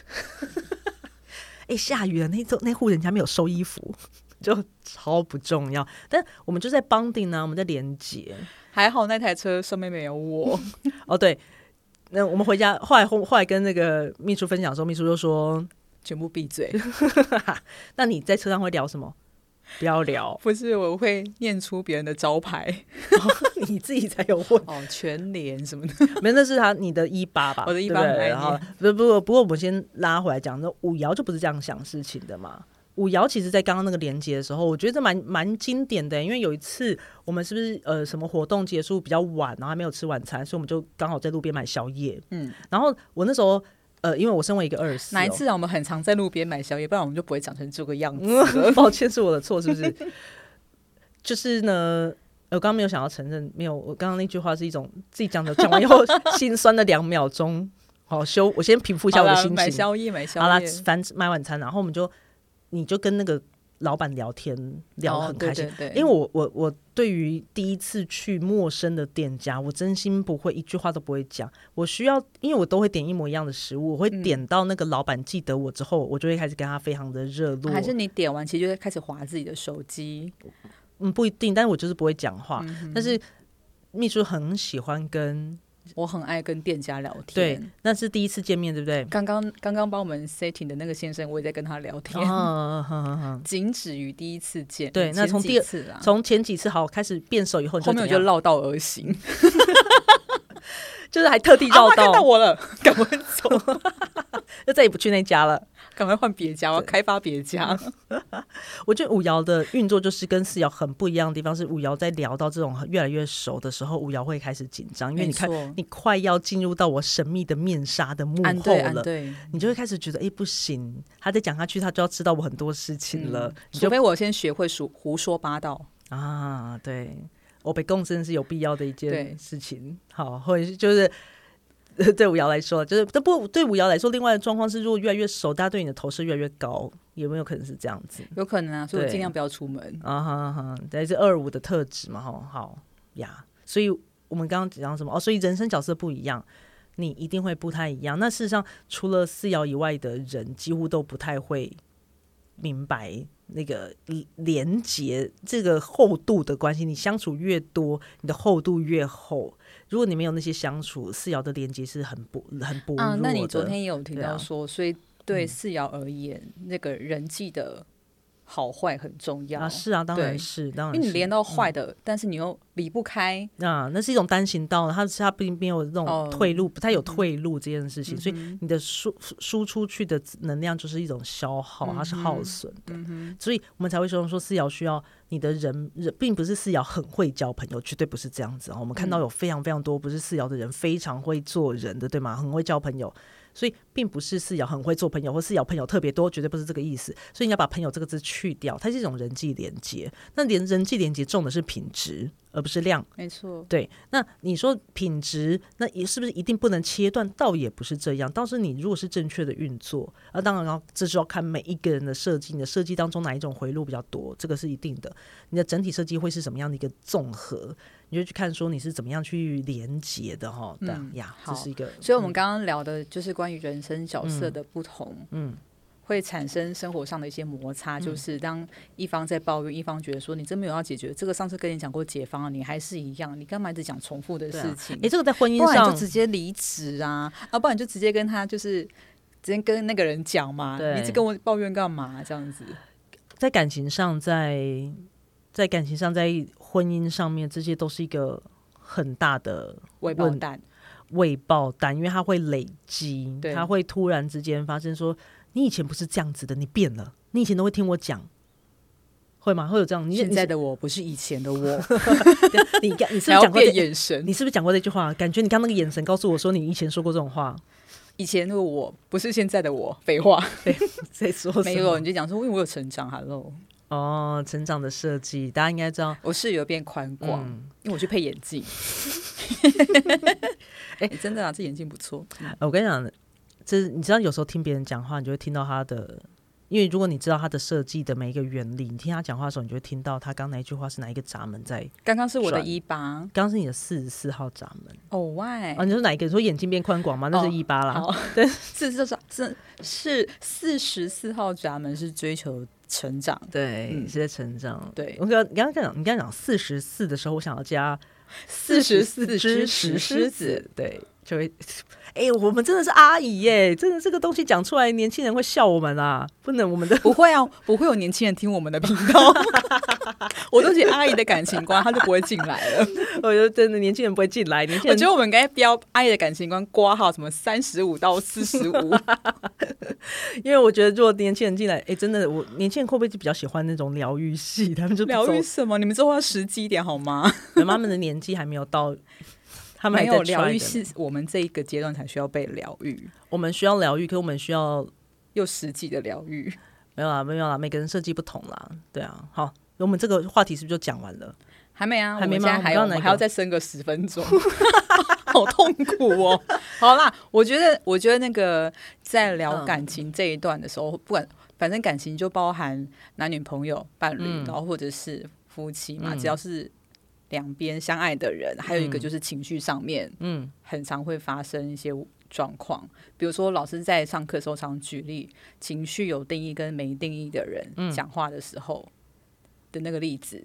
下雨了，那户人家没有收衣服，就超不重要，但我们就在 bonding 啊，我们在连结。 还好那台车上面没有我。 哦，对。那我们回家，后来跟那个秘书分享的时候，秘书就说全部闭嘴。 那你在车上会聊什么？不要聊。 不是，我会念出别人的招牌。 你自己才有问全联什么的。 没有，那是你的18吧？ 我的18很爱念。不过我们先拉回来讲，那5爻就不是这样想事情的嘛。5爻其实在刚刚那个连接的时候，我觉得蛮经典的，因为有一次我们是不是什么活动结束比较晚，然后还没有吃晚餐，所以我们就刚好在路边买宵夜。然后我那时候因为我身为一个24， 哪一次我们很常在路边买宵夜，不然我们就不会长成这个样子。 抱歉，是我的错，是不是？就是呢，我刚刚没有想要承认，没有，我刚刚那句话是一种自己讲完以后心酸的2秒钟。好，我先平复一下我的心情。 买宵夜， 好啦，反正买晚餐，然后你就跟那个老板聊天，聊得很开心。 对， 因为我对于第一次去陌生的店家，我真心不会一句话都不会讲。我需要，因为我都会点一模一样的食物，我会点到那个老板记得我之后，我就会开始跟他非常的热络。 还是你点完其实就会开始滑自己的手机？ 不一定，但是我就是不会讲话。但是秘书很喜欢我很爱跟店家聊天。 对，那是第一次见面，对不对？ 刚刚帮我们 setting 的那个先生，我也在跟他聊天。仅止于第一次见。 对，那从前几次好开始变熟以后， 后面我就绕道而行。 就是还特地绕道。 看到我了，赶快走。 就再也不去那家了， 赶快换别家，我要开发别家。 我觉得5爻的运作就是跟4爻很不一样的地方是5爻在聊到这种越来越熟的时候，5爻会开始紧张，因为你看你快要进入到我神秘的面纱的幕后了，你就会开始觉得不行，他再讲下去他就要知道我很多事情了， 除非我先学会胡说八道啊。对，我被共振是有必要的一件事情。好，或者就是对5爻来说，就是不对5爻来说，另外的状况是，如果越来越熟，大家对你的投射越来越高，有没有可能是这样子？ 有可能啊，所以我尽量不要出门啊。对，是25的特质嘛，好呀。所以我们刚刚讲什么？所以人生角色不一样，你一定会不太一样。那事实上，除了4爻以外的人，几乎都不太会明白那个连结这个厚度的关系。你相处越多，你的厚度越厚。如果你没有那些相处，4爻的连接是很薄弱的。 那你昨天也有提到说，所以对4爻而言，那个人际的好坏很重要是啊，当然是，因为你连到坏的，但是你又离不开那是一种单行道，它并没有那种退路，不太有退路这件事情，所以你的输出去的能量就是一种消耗，它是耗损的，所以我们才会说4爻需要你的人，并不是4爻很会交朋友，绝对不是这样子。我们看到有非常非常多不是4爻的人非常会做人的，对吗？很会交朋友。所以并不是4爻很会做朋友，或4爻朋友特别多，绝对不是这个意思。所以你要把朋友这个字去掉，它是一种人际连接。那人际连接重的是品质， 而不是量。 没错， 对。那你说品质，那也是不是一定不能切断？倒也不是这样。倒是你如果是正确的运作，当然这就要看每一个人的设计，你的设计当中哪一种回路比较多，这个是一定的。你的整体设计会是什么样的一个综合，你就去看说你是怎么样去连接的哈。这是一个。 所以我们刚刚聊的就是关于人生角色的不同，会产生生活上的一些摩擦，就是当一方在抱怨，一方觉得说你真没有要解决这个，上次跟你讲过解方你还是一样，你干嘛一直讲重复的事情？ 这个在婚姻上， 不然就直接离职啊，不然就直接跟他就是直接跟那个人讲嘛，你一直跟我抱怨干嘛？这样子， 在感情上，在感情上，在婚姻上面，这些都是一个很大的未爆弹， 因为它会累积，它会突然之间发生说。你以前不是这样子的，你变了。你以前都会听我讲，会吗？会有这样？ 现在的我不是以前的我。 你是不是讲过眼神？ 你是不是讲过这句话？感觉你刚那个眼神告诉我说，你以前说过这种话。 以前的我不是现在的我，废话。 在说什么？ 没有，你就讲说，因为我有成长。Hello， 成长的设计，大家应该知道， 我视野变宽广，因为我去配眼镜。真的啊，这眼镜不错。 我跟你讲。你知道有时候听别人讲话，你就会听到他的，因为如果你知道他的设计的每一个原理，你听他讲话的时候，你就会听到他刚那一句话是哪一个闸门在。 刚刚是我的18， 刚刚是你的44号闸门。 why？ 你说哪一个？你说眼睛变宽广吗？那是18啦。对 ，44号闸门是追求成长， 对，是在成长。 对， 你刚讲44的时候，我想要加44只石狮子，对，就会。我们真的是阿姨耶，真的这个东西讲出来，年轻人会笑我们啊！不能，我们的不会啊，不会有年轻人听我们的频道。我都写阿姨的感情观，他就不会进来了。 我觉得真的年轻人不会进来，年轻人我觉得我们应该标阿姨的感情观挂号什么35到45， 因为我觉得如果年轻人进来，真的，我年轻人会不会就比较喜欢那种疗愈系？他们就疗愈什么？你们之后要实际一点好吗？ 他们的年纪还没有到。他们没有疗愈是我们这一个阶段才需要被疗愈， 我们需要疗愈，可我们需要又实际的疗愈。 没有啦，每个人设计不同啦，对啊。好，我们这个话题是不是就讲完了？ 还没啊， 还没吗？ 我们还要再生个10分钟，好痛苦哦。好啦，我觉得那个在聊感情这一段的时候，不管反正感情就包含男女朋友、伴侣，然后或者是夫妻嘛，只要是。两边相爱的人，还有一个就是情绪上面，很常会发生一些状况。比如说，老师在上课的时候常举例，情绪有定义跟没定义的人讲话的时候的那个例子。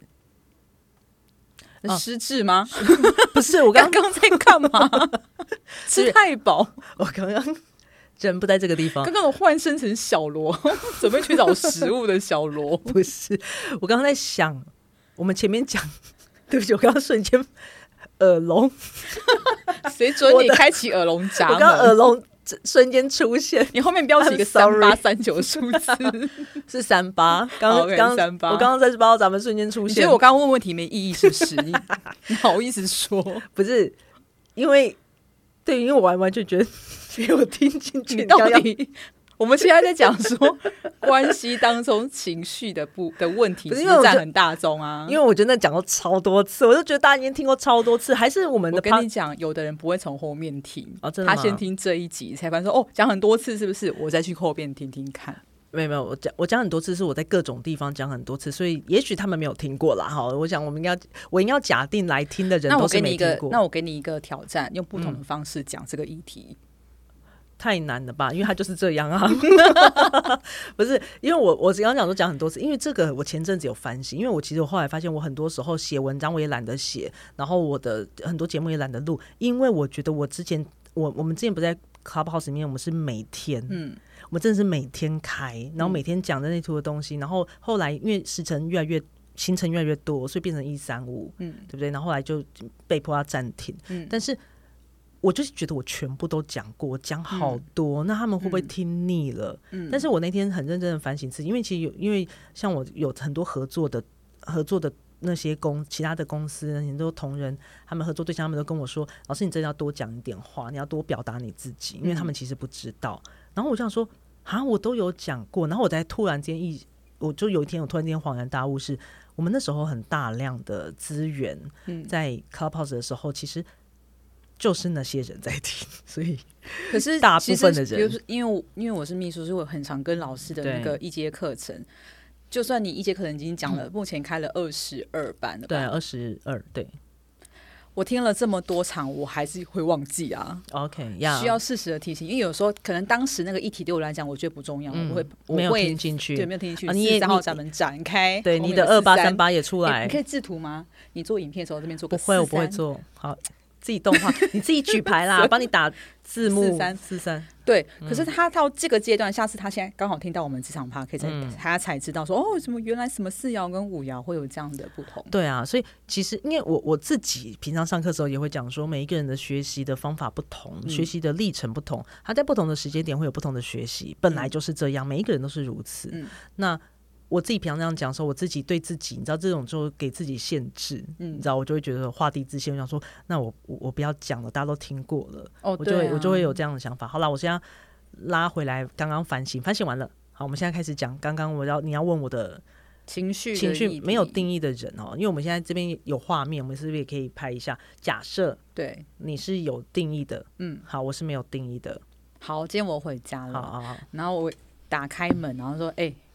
失智吗？ 不是，我刚刚在干嘛？吃太饱。 我刚刚人不在这个地方。 刚刚我换身成小罗，准备去找食物的小罗。 不是，我刚刚在想，我们前面讲。对不起，我刚刚瞬间耳聋， 谁准你开启耳聋闸门？ 我刚刚耳聋瞬间出现， 你后面标起一个3839数字是38，刚38，我刚刚38号闸门瞬间出现。 你觉得我刚刚问问题没意义是不是？你好意思说？ 不是，因为我完全觉得没有听进去， 你到底。我们现在在讲说关系当中情绪的问题是占很大宗啊， 因为我觉得那讲过超多次，我就觉得大家已经听过超多次，还是我们的。 我跟你讲，有的人不会从后面听， 真的吗？ 他先听这一集才发现说讲很多次是不是？我再去后边听听看。 没有，我讲很多次，是我在各种地方讲很多次，所以也许他们没有听过啦。哈，我讲我应该假定来听的人都是没听过。 那我给你一个挑战，用不同的方式讲这个议题。 太难了吧，因为他就是这样啊。不是，因为我刚刚讲说讲很多次，因为这个我前阵子有反省，因为我其实我后来发现我很多时候写文章我也懒得写，然后我的很多节目也懒得录，因为我觉得我之前我们之前不在 Clubhouse 里面，我们是每天我们真的是每天开，然后每天讲人类图的东西，然后后来因为行程越来越多，所以变成135，对不对？然后后来就被迫要暂停，但是我就是觉得我全部都讲过，讲好多，那他们会不会听腻了？但是我那天很认真的反省自己，因为其实因为像我有很多合作的那些其他的公司，很多同仁，他们合作对象，他们都跟我说：“老师，你真的要多讲一点话，你要多表达你自己。”因为他们其实不知道。然后我就想说：“啊，我都有讲过。”然后我才突然间我就有一天，我突然间恍然大悟是， 我们那时候很大量的资源在 Clubhouse 的时候，其实就是那些人在听，所以可是大部分的人， 比如说因为我是秘书，所以我很常跟老师的那个一阶课程，就算你一节课程已经讲了，目前开了22班了吧？ 对，22，对。 我听了这么多场，我还是会忘记啊。 OK， 需要适时的提醒，因为有时候可能当时那个议题对我来讲，我觉得不重要，我没有听进去， 对，没有听进去。43号闸门展开， 对，你的2838也出来， 你可以制图吗？你做影片的时候这边做个不会，我不会做。好。自己动画，你自己举牌啦，帮你打字幕43。 对，可是他到这个阶段，下次他现在刚好听到我们这场 podcast，他才知道说哦，什么原来什么4爻跟5爻会有这样的不同。 对啊，所以其实因为我自己平常上课的时候也会讲说，每一个人的学习的方法不同，学习的历程不同，他在不同的时间点会有不同的学习，本来就是这样，每一个人都是如此。那我自己平常这样讲的时候，我自己对自己，你知道这种就给自己限制，你知道我就会觉得画地自限，我想说，那我不要讲了，大家都听过了，我就会有这样的想法。好啦，我现在拉回来，刚刚反省完了，好，我们现在开始讲刚刚你要问我的情绪没有定义的人哦，因为我们现在这边有画面，我们是不是也可以拍一下？假设对你是有定义的，好，我是没有定义的。 好，今天我回家了， 好， 然后我打开门，然后说，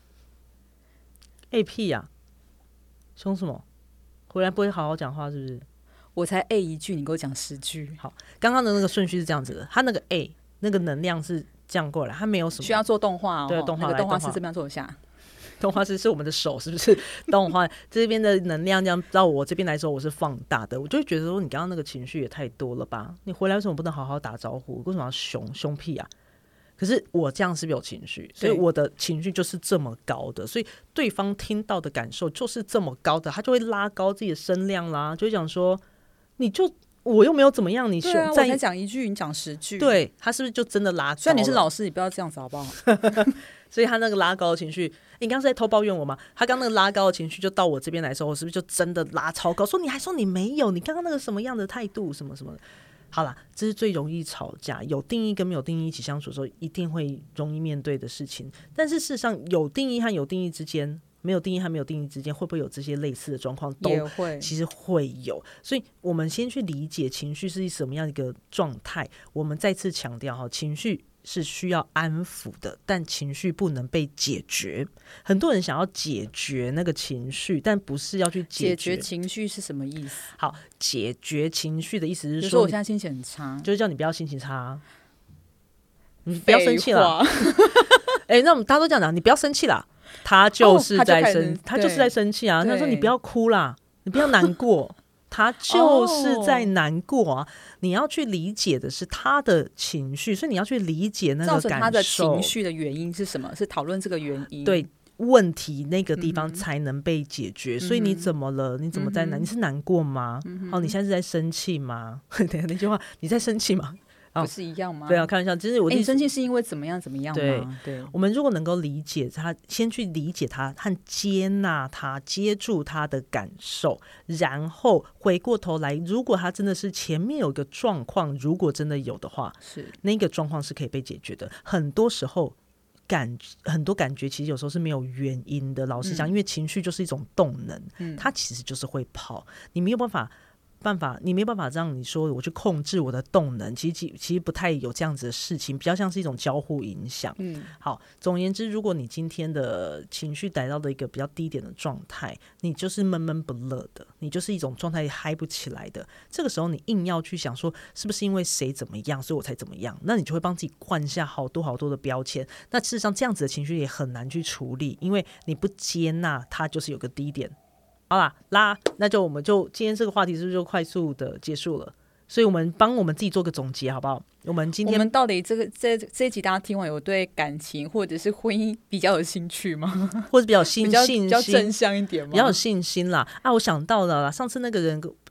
屁呀、凶什么？回来不会好好讲话是不是？ 我才一句，你给我讲10句。 好，刚刚的那个顺序是这样子的，他那个那个能量是这样过来，他没有什么需要做动画哦。 对，动画、 那个动画师这边做一下。 动画师是我们的手，是不是？动画这边的能量这样到我这边来说，我是放大的，我就会觉得说，你刚刚那个情绪也太多了吧？你回来为什么不能好好打招呼？为什么要凶屁啊？可是我这样是不是有情绪？所以我的情绪就是这么高的，所以对方听到的感受就是这么高的，他就会拉高自己的声量啦，就会讲说，我又没有怎么样，你对啊，我才讲1句，你讲10句， 对，他是不是就真的拉高了？ 虽然你是老师，你不要这样子好不好？ 所以他那个拉高的情绪，你刚刚是在偷抱怨我吗？他刚那个拉高的情绪就到我这边来的时候，我是不是就真的拉超高？说你还说你没有，你刚刚那个什么样的态度，什么什么的。好啦，这是最容易吵架，有定义跟没有定义一起相处的时候，一定会容易面对的事情。但是事实上，有定义和有定义之间，没有定义和没有定义之间，会不会有这些类似的状况？ 也会， 其实会有。所以我们先去理解情绪是什么样的一个状态。我们再次强调，情绪是需要安抚的，但情绪不能被解决。很多人想要解决那个情绪，但不是要去解决情绪是什么意思？ 好，解决情绪的意思是说， 比如说我现在心情很差， 就是叫你不要心情差，你不要生气了。那我们大家都这样讲，你不要生气啦，他就是在他就是在生气啊。他说你不要哭啦，你不要难过。他就是在难过啊，你要去理解的是他的情绪，所以你要去理解那个感受，造成他的情绪的原因是什么？是讨论这个原因， 对问题那个地方才能被解决。所以你怎么了？你怎么在难？你是难过吗？你现在是在生气吗？等一下那句话，你在生气吗？ 不是一样吗？ 对啊，开玩笑。其实你生气是因为怎么样怎么样吗？ 对，我们如果能够理解他，先去理解他和接纳他，接住他的感受，然后回过头来，如果他真的是前面有一个状况，如果真的有的话， 是那个状况是可以被解决的。很多时候很多感觉其实有时候是没有原因的。老实讲，因为情绪就是一种动能，它其实就是会跑，你没有办法，你没有办法让你说我去控制我的动能，其实不太有这样子的事情，比较像是一种交互影响。好，总而言之，如果你今天的情绪来到的一个比较低点的状态，你就是闷闷不乐的，你就是一种状态嗨不起来的。这个时候你硬要去想说是不是因为谁怎么样所以我才怎么样，那你就会帮自己灌下好多好多的标签。那事实上这样子的情绪也很难去处理，因为你不接纳它就是有个低点。好啦，那我们就今天这个话题是不是就快速的结束了？所以我们帮我们自己做个总结好不好？我们到底这一集大家听完有对感情或者是婚姻比较有興趣吗？ 或者比较信心比较正向一点吗？ 比较有信心啦。我想到了啦，上次那个人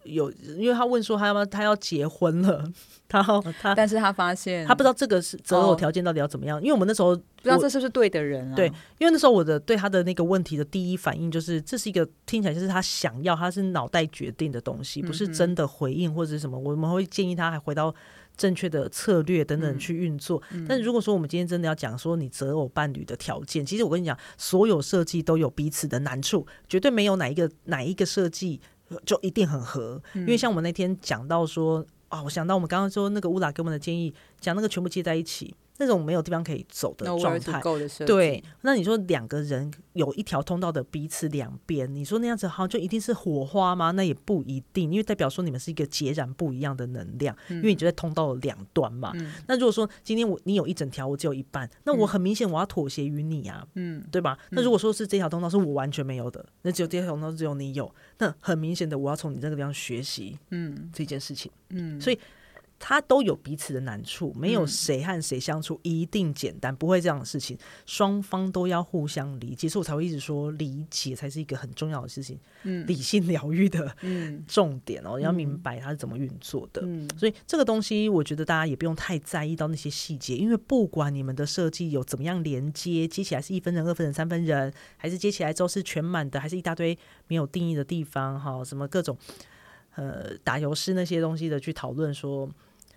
因为他问说他要结婚了， 但是他发现他不知道这个是择偶条件到底要怎么样，因为我们那时候不知道这是不是对的人啊。 对，因为那时候我对他的那个问题的第一反应就是这是一个听起来就是他想要，他是脑袋决定的东西，不是真的回应或者是什么，我们会建议他还回到正确的策略等等去运作。但是如果说我们今天真的要讲说你择偶伴侣的条件，其实我跟你讲，所有设计都有彼此的难处，绝对没有哪一个设计就一定很合。因为像我们那天讲到说我想到我们刚刚说那个乌拉给我们的建议，讲那个全部接在一起，那种没有地方可以走的状态，对，那你说两个人有一条通道的彼此两边，你说那样子好像就一定是火花吗？那也不一定，因为代表说你们是一个截然不一样的能量，因为你就在通道的两端嘛。那如果说今天你有一整条，我只有一半，那我很明显我要妥协于你啊，对吧？那如果说是这条通道是我完全没有的，那只有这条通道只有你有，那很明显的我要从你这个地方学习这件事情。所以他都有彼此的难处，没有谁和谁相处一定简单，不会这样的事情，双方都要互相理解，所以我才会一直说理解才是一个很重要的事情，理性疗愈的重点你要明白它是怎么运作的。所以这个东西我觉得大家也不用太在意到那些细节，因为不管你们的设计有怎么样连接，接起来是1分人、2分人、3分人，还是接起来之后是全满的，还是一大堆没有定义的地方，什么各种打油诗那些东西的去讨论说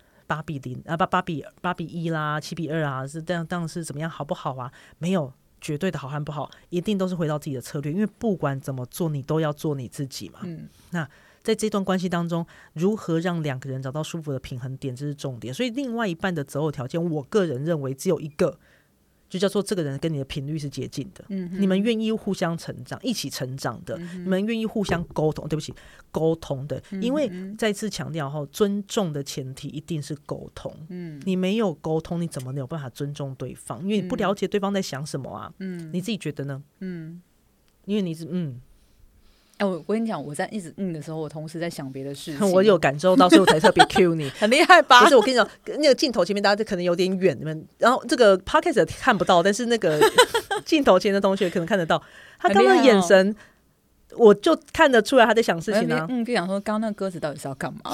8:0啊8:1啦7:2啊，是这样，当然是怎么样好不好啊？没有绝对的好和不好，一定都是回到自己的策略，因为不管怎么做你都要做你自己嘛。那在这段关系当中，如何让两个人找到舒服的平衡点，这是重点。所以另外一半的择偶条件，我个人认为只有一个，就叫做这个人跟你的频率是接近的，你们愿意互相成长，一起成长的，你们愿意互相沟通，对不起，沟通的。因为再次强调尊重的前提一定是沟通。你没有沟通，你怎么没有办法尊重对方？因为你不了解对方在想什么啊。你自己觉得呢？因为你是我跟你讲，我在一直的时候，我同时在想别的事情。 我有感受到，所以我才特别 cue 你， 很厉害吧？ 不是，我跟你讲，那个镜头前面大家可能有点远，你们然后这个 podcast 看不到，但是那个镜头前的同学可能看得到，他刚刚的眼神，我就看得出来他在想事情啊。 就想说，刚刚那个歌词到底是要干嘛？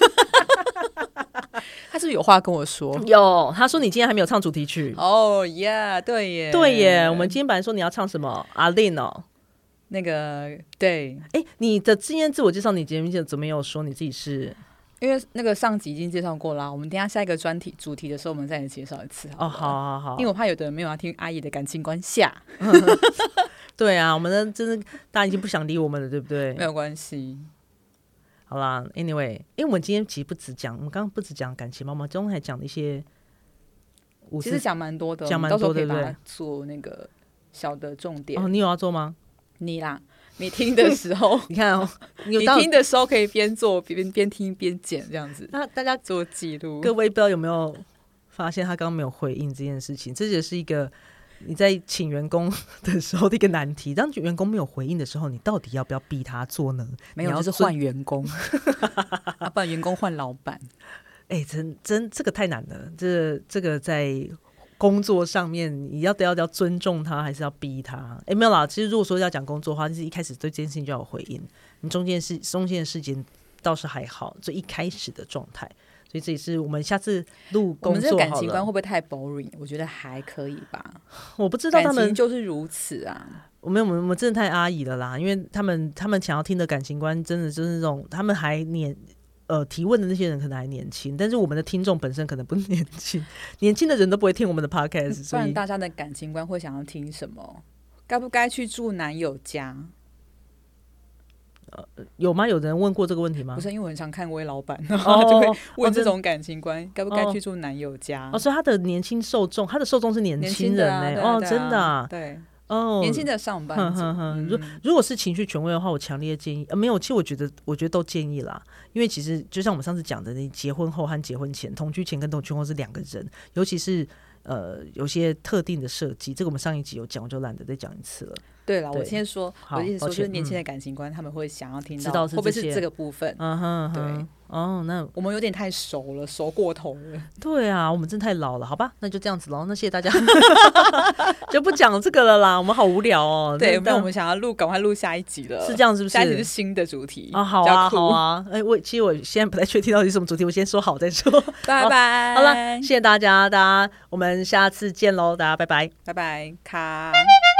他是不是有话跟我说？ 有，他说你今天还没有唱主题曲。 哦耶，对耶， 对耶，我们今天本来说你要唱什么？阿令那个对， 你的今天自我介绍，你节目怎么没有说你自己是？ 因为那个上集已经介绍过啦，我们等一下下一个主题的时候，我们再来介绍一次好，因为我怕有的人没有要听阿姨的感情观下。 对啊，我们的真的大家已经不想理我们了，对不对？ 没有关系。 好啦 ，anyway， 因为我们今天其实我们刚刚不只讲感情嘛，我们中间还讲了一些， 其实讲蛮多的， 讲蛮多的， 对不对？做那个小的重点。 你有要做吗？ 你啦，你听的时候， 你看你听的时候可以边做边听边剪这样子。 那大家做记录， 各位不知道有没有发现他刚刚没有回应这件事情？这也是一个你在请员工的时候的一个难题。当员工没有回应的时候，你到底要不要逼他做呢？ 没有，就是换员工，不然员工换老板。 真这个太难了。这个在工作上面，你要尊重他，还是要逼他？没有啦。其实如果说要讲工作的话，就是一开始对这件事情就要有回应。你中间的事情倒是还好，最一开始的状态。所以这也是我们下次录工作好了。我们这个感情观会不会太 boring？ 我觉得还可以吧。 我不知道他们感情就是如此啊。 我们真的太阿姨了啦，因为他们想要听的感情观，真的就是那种他们还提问的那些人可能还年轻，但是我们的听众本身可能不年轻，年轻的人都不会听我们的 podcast。 不然大家的感情观会想要听什么？该不该去住男友家？ 有吗？有人问过这个问题吗？ 不是，因为我很常看微老板，然后就会问这种感情观，该不该去住男友家？ 所以他的年轻受众，他的受众是年轻人真的啊， 对。年轻的上班族。 如果是情绪权威的话，我强烈建议没有。其实我觉得都建议啦，因为其实就像我们上次讲的，你结婚后和结婚前、同居前跟同居后是两个人，尤其是有些特定的设计，这个我们上一集有讲，我就懒得再讲一次了。 对了，我我的意思说，就是年轻的感情观，他们会想要听到，会不会是这个部分？ 对哦，那我们有点太熟了，熟过头了。 对啊，我们真太老了，好吧，那就这样子咯。那谢谢大家，就不讲这个了啦，我们好无聊哦。 对，但我们想要赶快录下一集了， 是这样是不是？ 下一集是新的主题啊，好啊，好啊。其实我现在不太确定到底是什么主题，我先说好再说。 拜拜。 好了，谢谢大家，我们下次见喽，大家拜拜， 拜拜，卡。